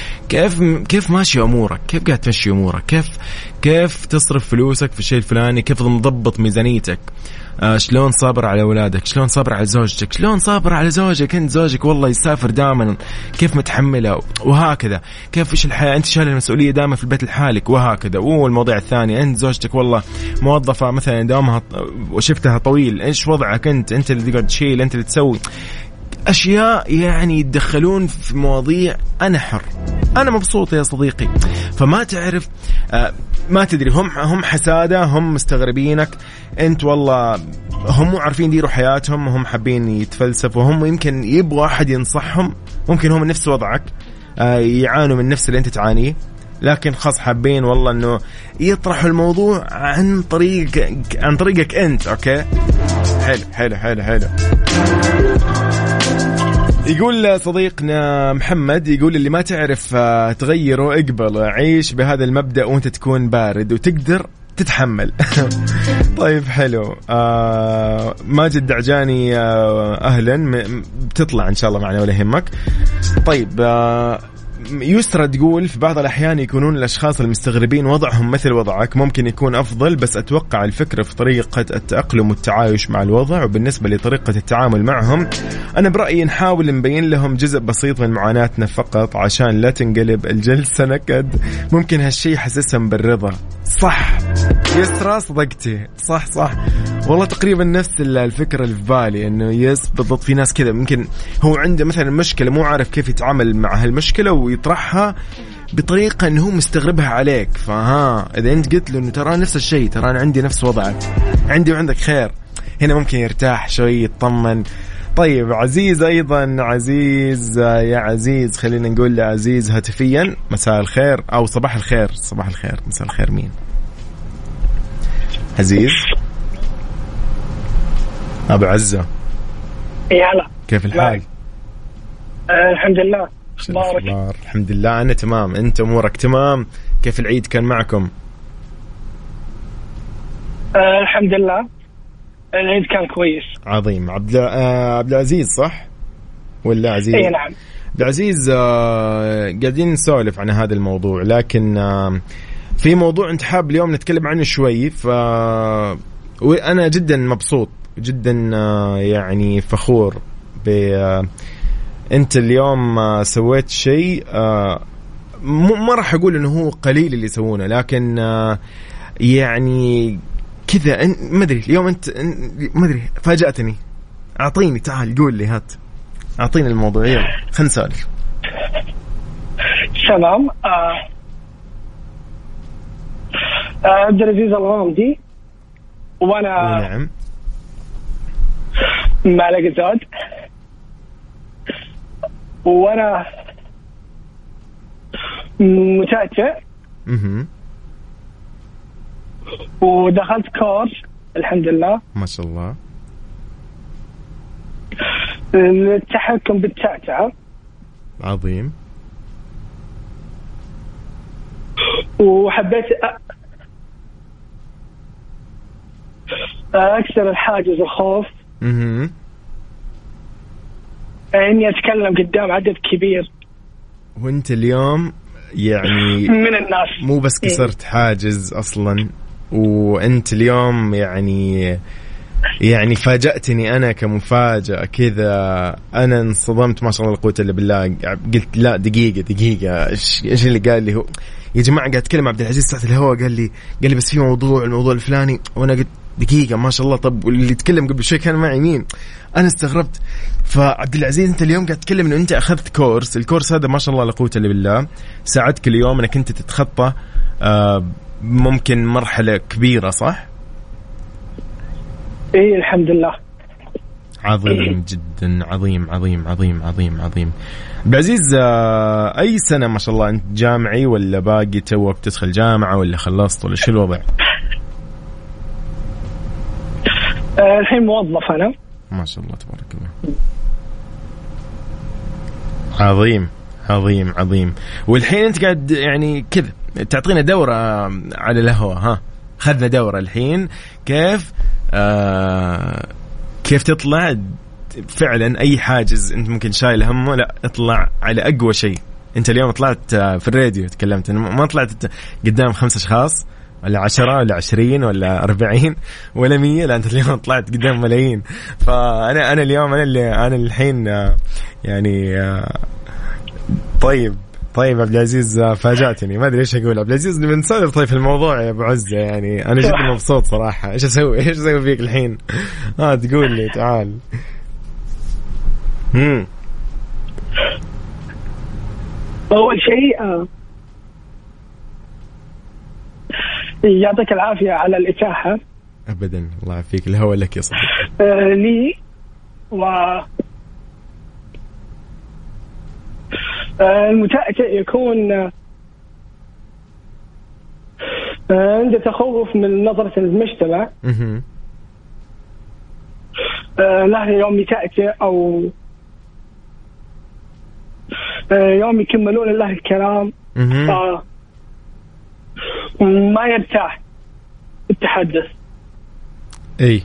كيف ماشي أمورك كيف قاعد تمشي أمورك كيف تصرف فلوسك في الشيء الفلاني كيف مضبط ميزانيتك شلون صابر على أولادك شلون صابر على زوجتك شلون صابر على زوجك أنت زوجك والله يسافر دائما كيف متحمله وهكذا كيف إيش الحياة أنت شايل المسؤولية دائما في البيت لحالك وهكذا. والموضوع الثاني أنت زوجتك والله موظفة مثلا دوامها وشفتها طويل إيش وضعك أنت اللي تقعد تشيل أنت اللي تسوي أشياء يعني يتدخلون في مواضيع أنا حر أنا مبسوط يا صديقي. فما تعرف ما تدري هم حسادة هم مستغربينك أنت والله هم مو عارفين يديروا حياتهم هم حابين يتفلسفوا هم يمكن يبغوا أحد ينصحهم ممكن هم نفس وضعك يعانوا من نفس اللي أنت تعانيه لكن خاص حابين والله أنه يطرحوا الموضوع عن طريقك أنت. أوكي حلو يقول صديقنا محمد، يقول اللي ما تعرف تغيره اقبل، عيش بهذا المبدأ وانت تكون بارد وتقدر تتحمل. طيب حلو. ماجد دعجاني أهلا، بتطلع إن شاء الله معنا ولا يهمك. طيب يسرى تقول في بعض الأحيان يكونون الأشخاص المستغربين وضعهم مثل وضعك ممكن يكون أفضل، بس أتوقع الفكرة في طريقة التأقلم والتعايش مع الوضع. وبالنسبة لطريقة التعامل معهم أنا برأيي نحاول نبين لهم جزء بسيط من معاناتنا فقط عشان لا تنقلب الجلسة نكد. ممكن هالشي يحسسهم بالرضا. صح يسرى، صدقتي، صح والله تقريبا نفس الفكرة اللي في بالي، انه يس بالضبط. في ناس كذا ممكن هو عنده مثلا مشكلة مو عارف كيف يتعامل مع هالمشكلة ويطرحها بطريقة انه هو مستغربها عليك، فها اذا انت قلت له انه ترى نفس الشيء، ترى انا عندي نفس وضعك، عندي وعندك خير، هنا ممكن يرتاح شوي، يطمن. طيب عزيز أيضا، عزيز يا عزيز، خلينا نقول لعزيز هاتفيا مساء الخير أو صباح الخير. صباح الخير، مساء الخير، مين؟ عزيز أبو عزة. يلا كيف الحال؟ الحمد لله. بارك. الحمد لله أنا تمام، أنت أمورك تمام؟ كيف العيد كان معكم؟ الحمد لله العيد كان كويس. عظيم. عبد العزيز صح ولا عزيز؟ اي نعم عبد العزيز. قاعدين نسولف عن هذا الموضوع، لكن في موضوع انت حاب اليوم نتكلم عنه شوي، وأنا جدا مبسوط جدا يعني فخور انت اليوم سويت شيء ما راح اقول انه هو قليل اللي يسوونه، لكن يعني كذا ما ادري اليوم انت ما ادري فاجأتني. اعطيني، تعال قول لي، هات اعطيني الموضوع، يلا خلينا نسولف. تمام. عبد العزيز الغامدي، وانا نعم معلقة زاد، وانا متأتئ ودخلت كورس الحمد لله ما شاء الله التحكم بالتعتعة. عظيم. وحبيت أكسر الحاجز الخوف إني أتكلم قدام عدد كبير. وانت اليوم يعني من الناس مو بس كسرت حاجز أصلا، وانت اليوم يعني فاجأتني أنا كمفاجأة كذا. أنا انصدمت ما شاء الله لا قوة إلا بالله. قلت لا دقيقة إيش اللي قال لي هو يا جماعة؟ قاعد أتكلم عبد العزيز تحت الهواء، قال لي بس في الموضوع الفلاني، وأنا قلت دقيقة ما شاء الله. طب واللي يتكلم قبل شوي كان معي مين؟ أنا استغربت. فعبد العزيز أنت اليوم قاعد تتكلم إنه أنت أخذت كورس، الكورس هذا ما شاء الله لا قوة إلا بالله ساعدك اليوم إنك أنت تتخطى ممكن مرحلة كبيرة، صح؟ إيه الحمد لله. عظيم جدا، عظيم عظيم عظيم عظيم عظيم. بعزيز أي سنة ما شاء الله أنت جامعي ولا باقي توك تدخل جامعة ولا خلصت ولا شو الوضع؟ الحين موظف أنا. ما شاء الله تبارك الله. عظيم عظيم عظيم. والحين أنت قاعد يعني كذا تعطينا دورة على الهواء، ها خذنا دورة الحين كيف تطلع فعلا أي حاجز أنت ممكن شايل همه، لا اطلع على أقوى شيء. أنت اليوم طلعت في الراديو تكلمت، ما طلعت قدام 5 أشخاص ولا 10 ولا 20 ولا 40 ولا 100، لا أنت اليوم طلعت قدام ملايين. فأنا اليوم أنا الحين يعني طيب عبد العزيز فاجأتني، ما أدري إيش أقول. عبد العزيز بنسولف طيب في الموضوع يا أبو عزة، يعني أنا جدا مبسوط صراحة. إيش أسوي فيك الحين؟ تقول لي تعال. أول شيء يعطيك العافية على الإتاحة. أبدا الله يعافيك، الهوى لك يا صديقي. لي المتأتئ يكون عنده تخوف من نظرة المجتمع. لا يوم يتأتئ أو يوم يكملون الله الكلام ما يرتاح التحدث. اي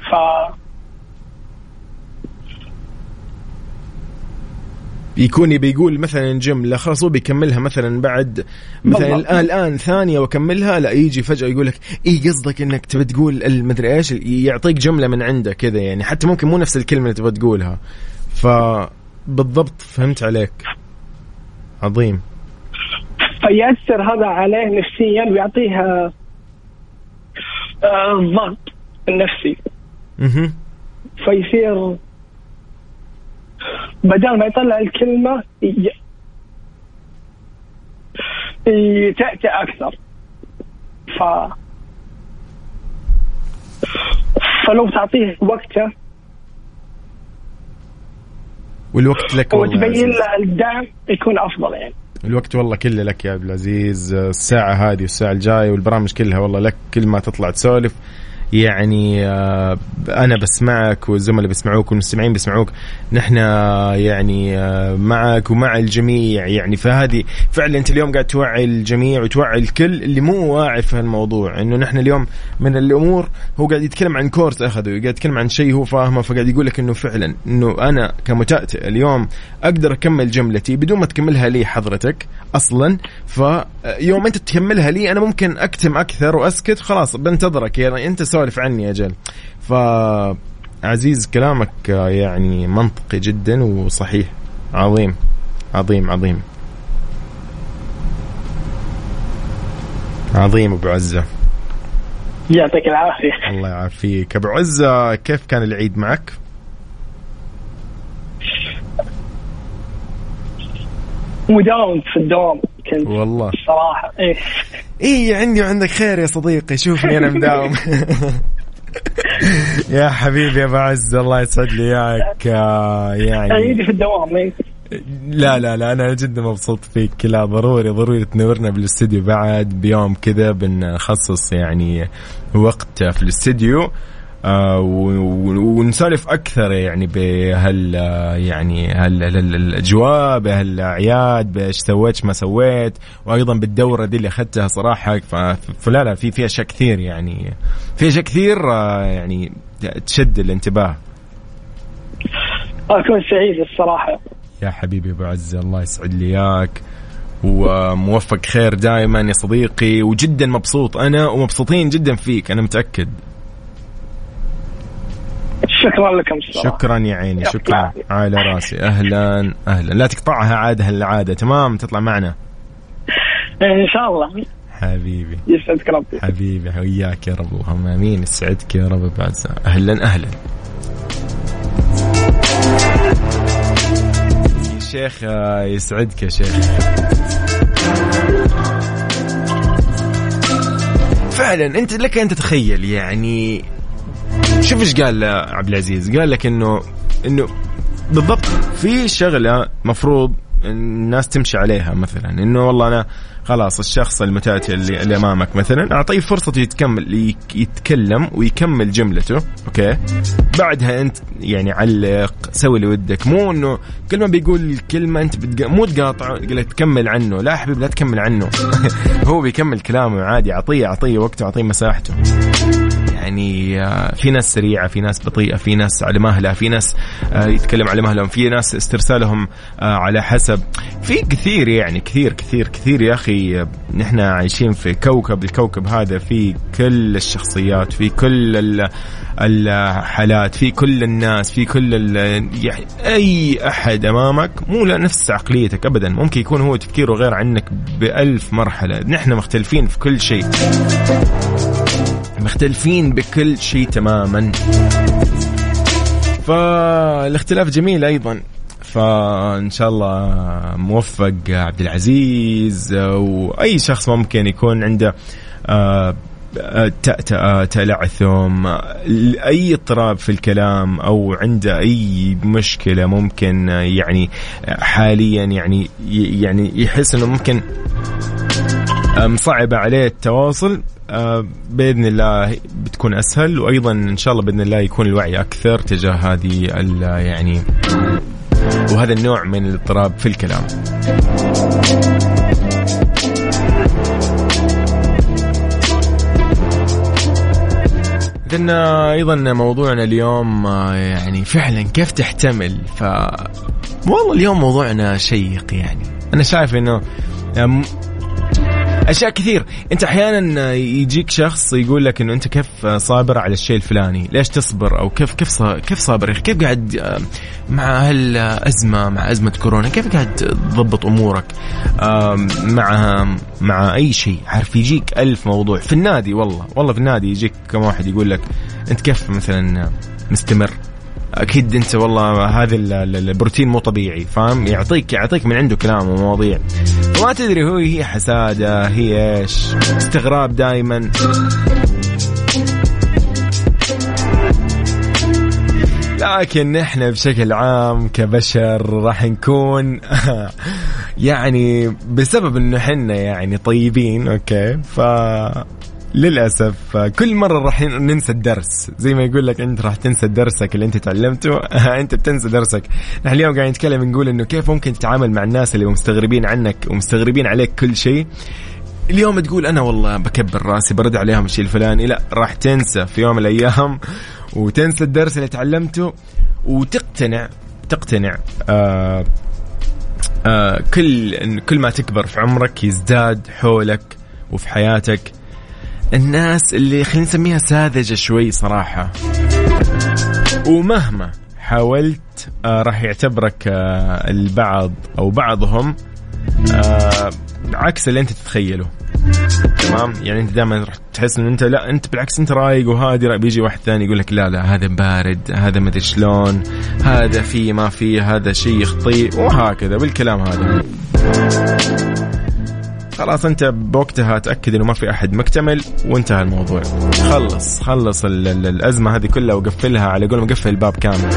يكون بيقول مثلا جملة خلاص هو بيكملها مثلا بعد مثلا الآن ثانية وكملها، لا يجي فجأة يقول لك إيه قصدك إنك تبي تقول المدري إيش، يعطيك جملة من عنده كذا يعني، حتى ممكن مو نفس الكلمة اللي تبغى تقولها. فبالضبط فهمت عليك. عظيم. فيأثر هذا عليه نفسيا ويعطيها الضغط النفسي. فيصير بدل ما يطلع الكلمة يتأتأ أكثر. فلو تعطيه وقته والوقت لك وتبين له الدعم يكون أفضل يعني. الوقت والله كله لك يا عبد العزيز، الساعة هذه والساعة الجاية والبرامج كلها والله لك، كل ما تطلع تسولف يعني أنا بسمعك والزملاء بيسمعوك والمستمعين بيسمعوك، نحن يعني معك ومع الجميع يعني. فهذه فعلا أنت اليوم قاعد توعي الجميع وتوعي الكل اللي مو واعي في الموضوع، إنه نحن اليوم من الأمور هو قاعد يتكلم عن كورس أخذه، قاعد يتكلم عن شيء هو فاهمه، فقاعد يقول لك إنه فعلا إنه أنا كمتأتئ اليوم أقدر أكمل جملتي بدون ما تكملها لي حضرتك أصلا. فيوم أنت تكملها لي أنا ممكن أكتم أكثر وأسكت، خلاص بنتظرك يعني أنت سولف عني يا جل. فعزيز كلامك يعني منطقي جدا وصحيح. عظيم عظيم عظيم عظيم أبو عزة، يعطيك العافية. الله يعافيك أبو عزة. كيف كان العيد معك؟ مداوم في الدوام كنت والله الصراحة. إيه عندي وعندك خير يا صديقي، شوفني أنا مداوم. يا حبيبي يا أبو عزة الله يسعد لي إياك يعني. عيدي في الدوام. لا لا لا أنا جدا مبسوط فيك. لا ضروري تنورنا بالاستديو بعد بيوم كذا، بنخصص يعني وقت في الاستديو ونسولف أكثر يعني بهال يعني الأجواء، بهالأعياد، بإيش سويت ما سويت، وأيضا بالدورة دي اللي أخذتها صراحة. فلا في أشياء كثير يعني، في أشياء كثير يعني تشد الانتباه. أكون سعيد الصراحة يا حبيبي أبو عزة، الله يسعد لي إياك وموفق خير دائما يا صديقي، وجدا مبسوط أنا ومبسوطين جدا فيك أنا متأكد. شكرا لكم الصراحة. شكرا يا عيني، شكرا على راسي. أهلا أهلا، لا تقطعها عادة العادة، تمام تطلع معنا إن شاء الله حبيبي. يسعدك ربي حبيبي، وياك يا رب، اللهم آمين. يسعدك يا رب بعد. أهلا أهلا شيخ، يسعدك يا شيخ. فعلا انت لك انت تتخيل يعني، شوف ايش قال عبد العزيز، قال لك انه بالضبط في شغله مفروض الناس تمشي عليها، مثلا انه والله انا خلاص الشخص المتأتئ اللي امامك مثلا اعطيه فرصة يتكلم ويكمل جملته، اوكي، بعدها انت يعني علق، سوي اللي ودك، مو انه كل ما بيقول كلمة انت مو تقاطع، قال تكمل عنه، لا حبيبي لا تكمل عنه. هو بيكمل كلامه عادي، اعطيه وقته، اعطيه مساحته. يعني في ناس سريعة، في ناس بطيئة، في ناس على مهلة، في ناس يتكلم على مهلهم، في ناس استرسالهم على حسب، في كثير يعني كثير كثير كثير يا أخي. نحن عايشين في الكوكب هذا في كل الشخصيات، في كل الحالات، في كل الناس، في كل يعني أي أحد أمامك مو نفس عقليتك أبدا، ممكن يكون هو تفكيره غير عنك ب1000 مرحلة. نحن مختلفين في كل شيء، مختلفين بكل شيء تماما، فالاختلاف جميل أيضا. فإن شاء الله موفق عبد العزيز، وأي شخص ممكن يكون عنده تلعثم، أي اضطراب في الكلام، أو عنده أي مشكلة ممكن يعني حاليا يعني يحس أنه ممكن مصعب عليه التواصل، بإذن الله بتكون أسهل، وأيضا إن شاء الله بإذن الله يكون الوعي أكثر تجاه هذه يعني وهذا النوع من الاضطراب في الكلام. إذن أيضا موضوعنا اليوم يعني فعلا كيف تحتمل. والله اليوم موضوعنا شيق، يعني أنا شايف إنه أشياء كثير. أنت أحيانا يجيك شخص يقول لك إنه أنت كيف صابر على الشيء الفلاني، ليش تصبر، أو كيف صابر، كيف قاعد مع هالأزمة، مع أزمة كورونا، كيف قاعد تضبط أمورك مع أي شيء. عارف يجيك ألف موضوع في النادي، والله في النادي يجيك كم واحد يقول لك أنت كيف مثلا مستمر. أكيد أنت والله هذا البروتين مو طبيعي، فاهم؟ يعطيك من عنده كلام ومواضيع وما تدري هي حسادة، هي إيش، استغراب دائما. لكن احنا بشكل عام كبشر راح نكون يعني بسبب انه احنا يعني طيبين، اوكي، للأسف كل مرة راح ننسى الدرس. زي ما يقول لك أنت راح تنسى درسك اللي أنت تعلمته أنت بتنسى درسك. نحن اليوم قاعدين نتكلم نقول إنه كيف ممكن تتعامل مع الناس اللي مستغربين عنك ومستغربين عليك كل شيء. اليوم تقول أنا والله بكبر راسي برد عليهم الشيء الفلاني، لا، راح تنسى في يوم من الأيام وتنسى الدرس اللي تعلمته وتقتنع كل ما تكبر في عمرك يزداد حولك وفي حياتك الناس اللي خلينا نسميها ساذجة شوي صراحة، ومهما حاولت راح يعتبرك البعض أو بعضهم عكس اللي أنت تتخيله. تمام؟ يعني أنت دائما راح تحس إن أنت لا، أنت بالعكس أنت رايق وهادي، بيجي واحد ثاني يقول لك لا هذا بارد، هذا مدري شلون، هذا فيه ما فيه، هذا شيء يخطئ، وهكذا بالكلام هذا. خلاص أنت بوقتها تأكد إنه ما في أحد مكتمل وانتهى الموضوع. خلص الأزمة هذه كلها وقفلها على قول مقفل الباب كامل.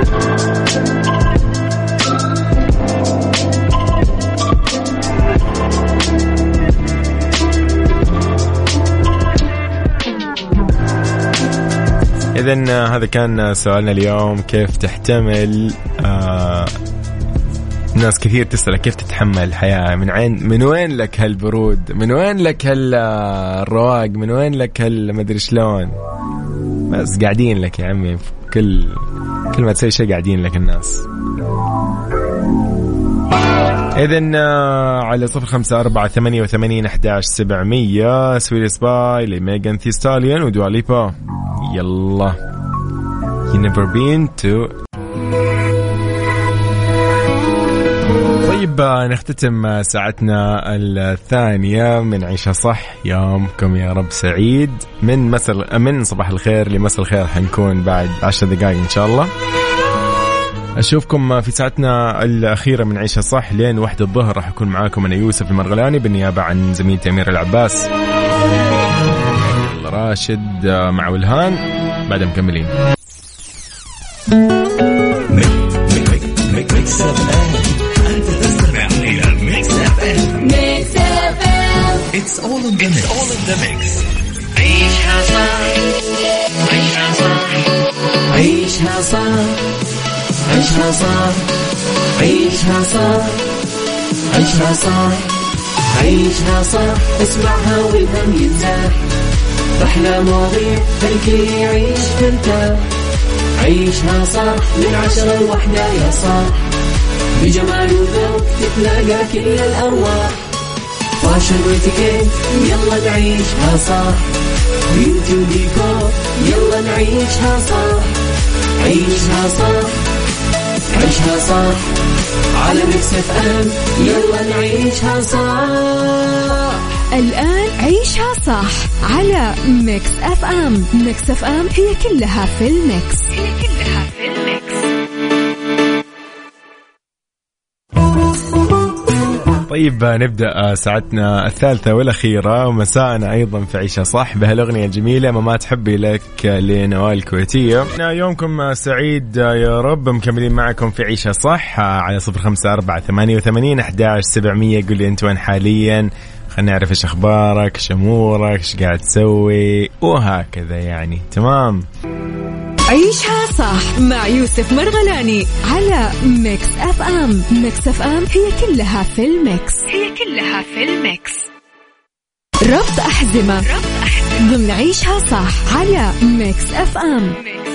إذن هذا كان سؤالنا اليوم، كيف تحتمل. ناس كثير تسأل كيف تتحمل الحياة، من وين لك هالبرود، من وين لك هالرواق، من وين لك هالمدري شلون. بس قاعدين لك يا عمي، كل ما تسوي شيء قاعدين لك الناس. إذن على 0548811700 سويلي سباي لميغان ثي ستاليون ودواليبا. يلا You never been to. طيب نختتم ساعتنا الثانية من عيشها صح. يومكم يا رب سعيد. من صباح الخير لمساء الخير حنكون بعد 10 دقائق إن شاء الله. أشوفكم في ساعتنا الأخيرة من عيشها صح لين 1 الظهر. راح أكون معاكم أنا يوسف المرغلاني بالنيابة عن زميلتي أمير العباس. راشد مع ولهان بعد مكملين. It's all in the mix. عيشها صح. عيشها صح. عيشها صح. عيشها صح. عيشها صح. عيشها صح. عيشها صح. اسمعها والهم ينزاح. أحلى مواضيع الكل يعيش ترتاح. عيشها صح من 10 ل1 يا صاح. بجمال وذوق تتلاقى كل الأرواح. فاشل واتيكيت يلا نعيشها صح. بيوتي وديكور يلا نعيشها صح. عيشها صح. عيشها صح على ميكس اف ام. يلا نعيشها صح. الآن عيشها صح على ميكس اف ام. ميكس اف ام هي كلها في الميكس. طيب نبدأ ساعتنا الثالثة والأخيرة ومساءنا أيضا في عيشها صح بهالأغنية الجميلة ما تحبي لك لنوال الكويتية. يومكم سعيد يا رب. مكملين معكم في عيشها صح على 0548811700. قل لي أنت وين حاليا، خلنا نعرف إيش أخبارك، إيش أمورك، إيش قاعد تسوي، وهكذا يعني. تمام. عيشها صح مع يوسف مرغلاني على ميكس اف ام. ميكس اف ام هي كلها في الميكس. ربط أحزمة ضمن عيشها صح على ميكس اف ام.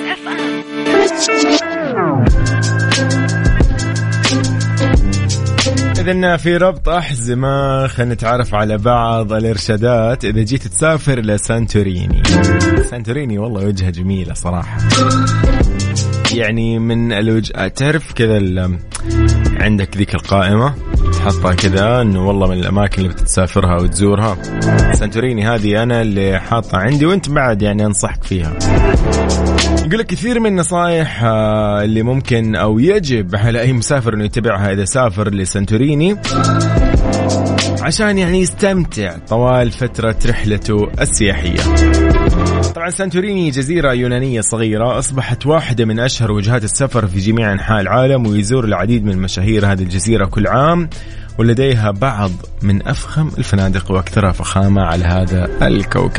إذن في ربط أحزمة خلينا نتعرف على بعض الإرشادات إذا جيت تسافر لسانتوريني. سانتوريني والله وجهة جميلة صراحة، يعني من الوجه تعرف كذا عندك ذيك القائمة تحطها كذا إنه والله من الأماكن اللي بتسافرها وتزورها. سانتوريني هذه أنا اللي حاطها عندي وأنت بعد يعني أنصحك فيها. يقول لك كثير من النصائح اللي ممكن أو يجب على أي مسافر إنه يتبعها إذا سافر لسانتوريني عشان يعني يستمتع طوال فترة رحلته السياحية. طبعا سانتوريني جزيرة يونانية صغيرة أصبحت واحدة من أشهر وجهات السفر في جميع أنحاء العالم، ويزور العديد من مشاهير هذه الجزيرة كل عام، ولديها بعض من أفخم الفنادق وأكثرها فخامة على هذا الكوكب.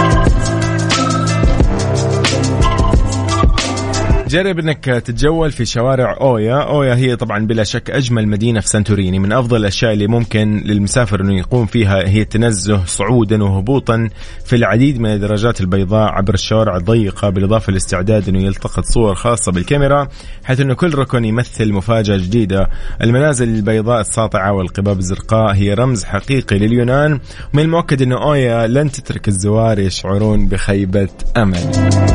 جرب انك تتجول في شوارع أويا هي طبعا بلا شك اجمل مدينة في سانتوريني. من افضل الاشياء اللي ممكن للمسافر انه يقوم فيها هي التنزه صعودا وهبوطا في العديد من الدرجات البيضاء عبر الشوارع الضيقة، بالاضافة للاستعداد انه يلتقط صور خاصة بالكاميرا، حيث انه كل ركن يمثل مفاجأة جديدة. المنازل البيضاء الساطعة والقباب الزرقاء هي رمز حقيقي لليونان، ومن المؤكد انه أويا لن تترك الزوار يشعرون بخيبة امل.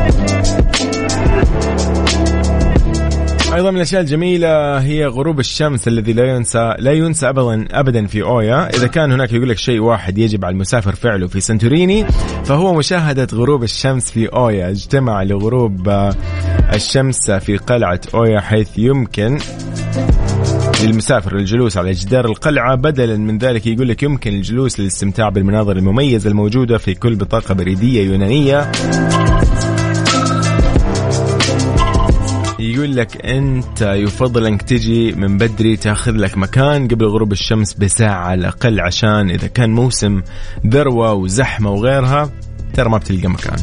أيضا من الأشياء الجميلة هي غروب الشمس الذي لا ينسى أبدا في أويا. إذا كان هناك يقول لك شيء واحد يجب على المسافر فعله في سانتوريني فهو مشاهدة غروب الشمس في أويا. اجتمع لغروب الشمس في قلعة أويا، حيث يمكن للمسافر الجلوس على جدار القلعة. بدلا من ذلك يقول لك يمكن الجلوس للاستمتاع بالمناظر المميزة الموجودة في كل بطاقة بريدية يونانية. يقول لك أنت يفضل أنك تجي من بدري، تأخذ لك مكان قبل غروب الشمس بساعة على الأقل، عشان إذا كان موسم ذروة وزحمة وغيرها ترى ما بتلقى مكان.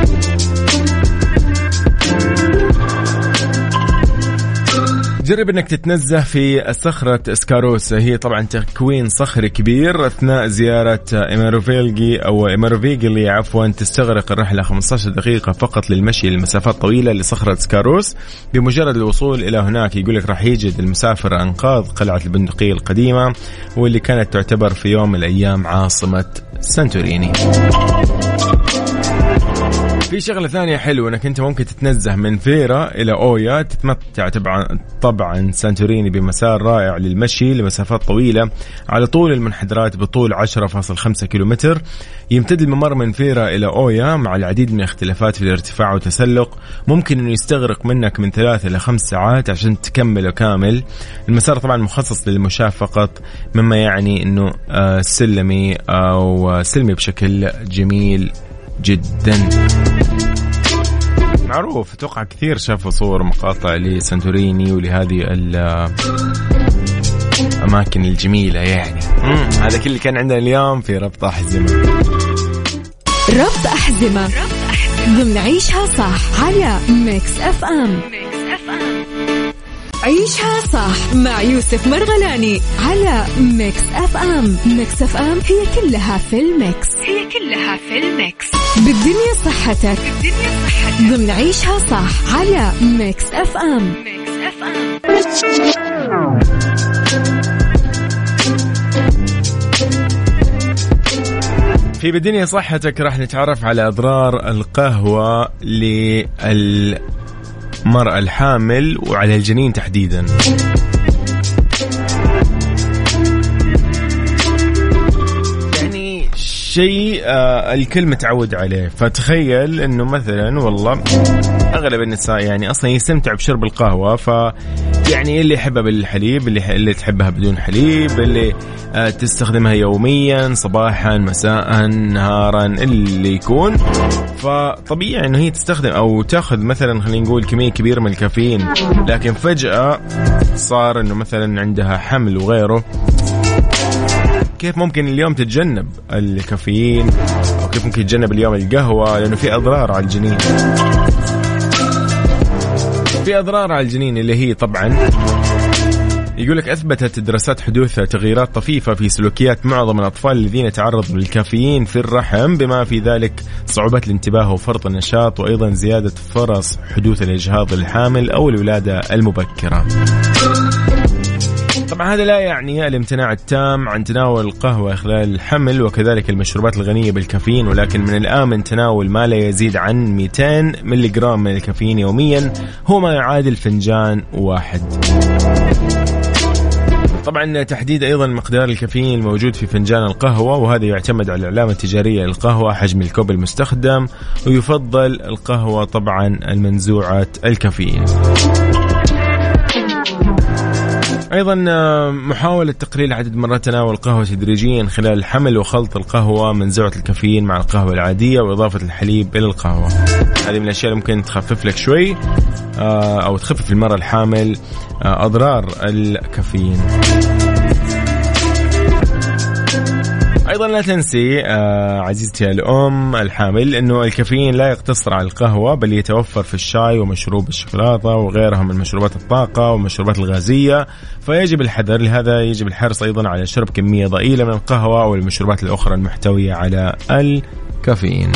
جرب انك تتنزه في صخرة سكاروس. هي طبعا تكوين صخري كبير. اثناء زيارة إميروفيجلي تستغرق الرحلة 15 دقيقة فقط للمشي لمسافات طويلة لصخرة سكاروس. بمجرد الوصول الى هناك يقول لك راح يجد المسافر انقاض قلعة البندقية القديمة، واللي كانت تعتبر في يوم من الايام عاصمة سانتوريني. في شغلة ثانية حلوة انك انت ممكن تتنزه من فيرا الى أويا، تتمتع طبعا سانتوريني بمسار رائع للمشي لمسافات طويلة على طول المنحدرات بطول 10.5 كيلومتر. يمتد الممر من فيرا الى أويا مع العديد من الاختلافات في الارتفاع والتسلق. ممكن انه يستغرق منك من 3 إلى 5 ساعات عشان تكمله كامل. المسار طبعا مخصص للمشاة فقط، مما يعني انه سلمي او سلمي بشكل جميل جدا. معروف، اتوقع كثير شافوا صور مقاطع لسانتوريني ولهذه الاماكن الجميله يعني. هذا كل اللي كان عندنا اليوم في ربط أحزمة. ربط أحزمة ضمن عيشها صح على ميكس اف ام. عيشها صح مع يوسف مرغلاني على ميكس اف ام. ميكس اف ام هي كلها في الميكس. بالدنيا صحتك ضمن عيشها صح على ميكس اف ام. في بالدنيا صحتك راح نتعرف على أضرار القهوة للمرأة الحامل وعلى الجنين تحديدا. يعني شيء الكل متعود عليه. فتخيل انه مثلا والله اغلب النساء يعني اصلا يستمتع بشرب القهوة، ف يعني اللي يحبها بالحليب، اللي تحبها بدون حليب، اللي تستخدمها يوميا صباحا مساء نهارا اللي يكون. فطبيعي انه هي تستخدم او تاخذ مثلا خلينا نقول كمية كبيرة من الكافيين، لكن فجأة صار انه مثلا عندها حمل وغيره. كيف ممكن اليوم تتجنب الكافيين، او كيف ممكن تتجنب اليوم القهوة، لانه في اضرار على الجنين. في أضرار على الجنين اللي هي طبعا يقول لك أثبتت دراسات حدوث تغييرات طفيفة في سلوكيات معظم الأطفال الذين تعرضوا للكافيين في الرحم، بما في ذلك صعوبة الانتباه وفرط النشاط، وأيضا زيادة فرص حدوث الإجهاض الحامل أو الولادة المبكرة. طبعا هذا لا يعني الامتناع التام عن تناول القهوة خلال الحمل وكذلك المشروبات الغنية بالكافيين، ولكن من الآمن تناول ما لا يزيد عن 200 ملغرام من الكافيين يوميا، هو ما يعادل فنجان واحد. طبعا تحديد أيضا مقدار الكافيين الموجود في فنجان القهوة، وهذا يعتمد على العلامة التجارية للقهوة، حجم الكوب المستخدم، ويفضل القهوة طبعا المنزوعة الكافيين. أيضا محاولة تقليل عدد مرات تناول القهوة تدريجيا خلال الحمل، وخلط القهوة منزوعة الكافيين مع القهوة العادية، وإضافة الحليب إلى القهوة. هذه من الأشياء اللي ممكن تخفف لك شوي أو تخفف المرأة الحامل أضرار الكافيين. أيضا لا تنسي عزيزتي الأم الحامل أنه الكافيين لا يقتصر على القهوة، بل يتوفر في الشاي ومشروب الشوكولاتة وغيرها من مشروبات الطاقة والمشروبات الغازية، فيجب الحذر. لهذا يجب الحرص أيضا على شرب كمية ضئيلة من القهوة أو المشروبات الأخرى المحتوية على الكافيين.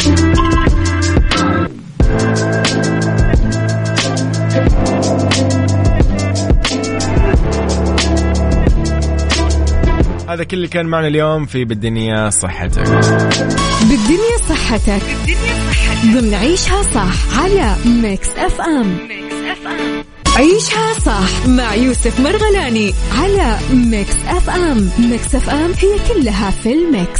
هذا كل اللي كان معنا اليوم في بالدنيا صحتك. بالدنيا صحتك ضمن عيشها صح على ميكس اف ام. عيشها صح مع يوسف مرغلاني على ميكس اف ام. ميكس اف ام هي كلها في الميكس.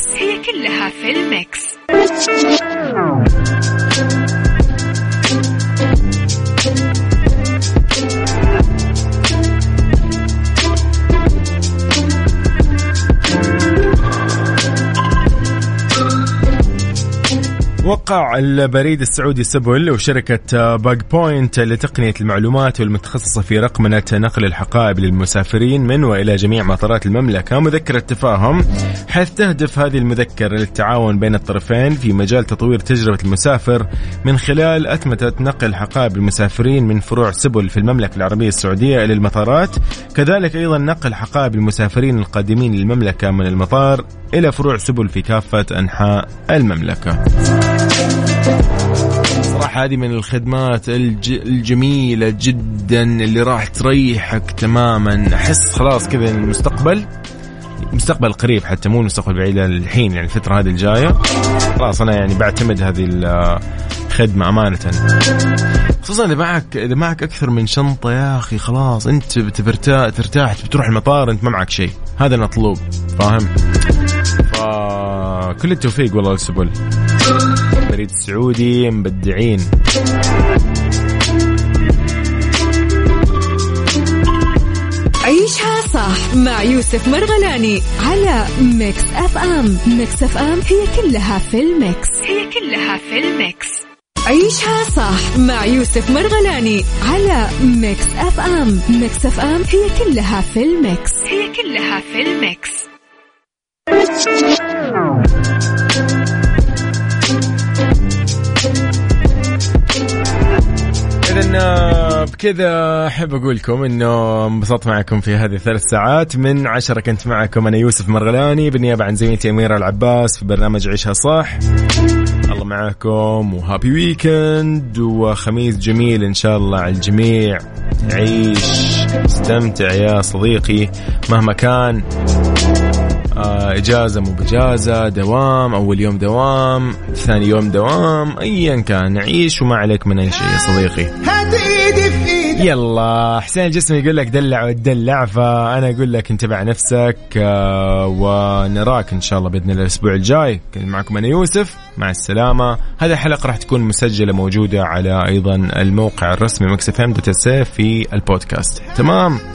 وقع البريد السعودي سبل وشركة باج بوينت لتقنية المعلومات والمتخصصة في رقمنة نقل الحقائب للمسافرين من وإلى جميع مطارات المملكة مذكرة تفاهم، حيث تهدف هذه المذكرة للتعاون بين الطرفين في مجال تطوير تجربة المسافر من خلال أتمتة نقل حقائب المسافرين من فروع سبل في المملكة العربية السعودية إلى المطارات، كذلك أيضا نقل حقائب المسافرين القادمين للمملكة من المطار إلى فروع سبل في كافة أنحاء المملكة. صراحة هذه من الخدمات الجميلة جدا اللي راح تريحك تماما. أحس خلاص كذا المستقبل قريب، حتى مو المستقبل بعيد، الحين يعني الفترة هذه الجاية خلاص أنا يعني بعتمد هذه الخدمة أمانة، خصوصا إذا معك أكثر من شنطة يا أخي. خلاص أنت ترتاح بتروح المطار أنت ما معك شيء، هذا المطلوب، فاهم؟ فكل التوفيق والله لسبل بريد السعودي مبدعين. عيشها صح مع يوسف مرغلاني على ميكس اف ام. ميكس اف ام هي كلها في الميكس. عيشها صح مع يوسف مرغلاني على ميكس اف ام. ميكس اف ام هي كلها في الميكس. إذن بكذا أحب أقول لكم إنه انبسطت معكم في هذه 3 ساعات من 10. كنت معكم أنا يوسف مرغلاني بالنيابة عن زميلتي أميرة العباس في برنامج عيشها صح. الله معكم وهابي ويكند وخميس جميل إن شاء الله على الجميع. عيش استمتع يا صديقي مهما كان، إجازة مو بإجازة، دوام، أول يوم دوام، ثاني يوم دوام، أيا كان عيش وما عليك من أي شيء يا صديقي. يلا حسين الجسم يقول لك دلع وتدلع، فأنا أقول لك انتبه نفسك ونراك إن شاء الله بإذن الله الأسبوع الجاي. كنت معكم أنا يوسف، مع السلامة. هذه الحلقة راح تكون مسجلة موجودة على أيضا الموقع الرسمي مكس اف ام دوت اس في البودكاست. تمام.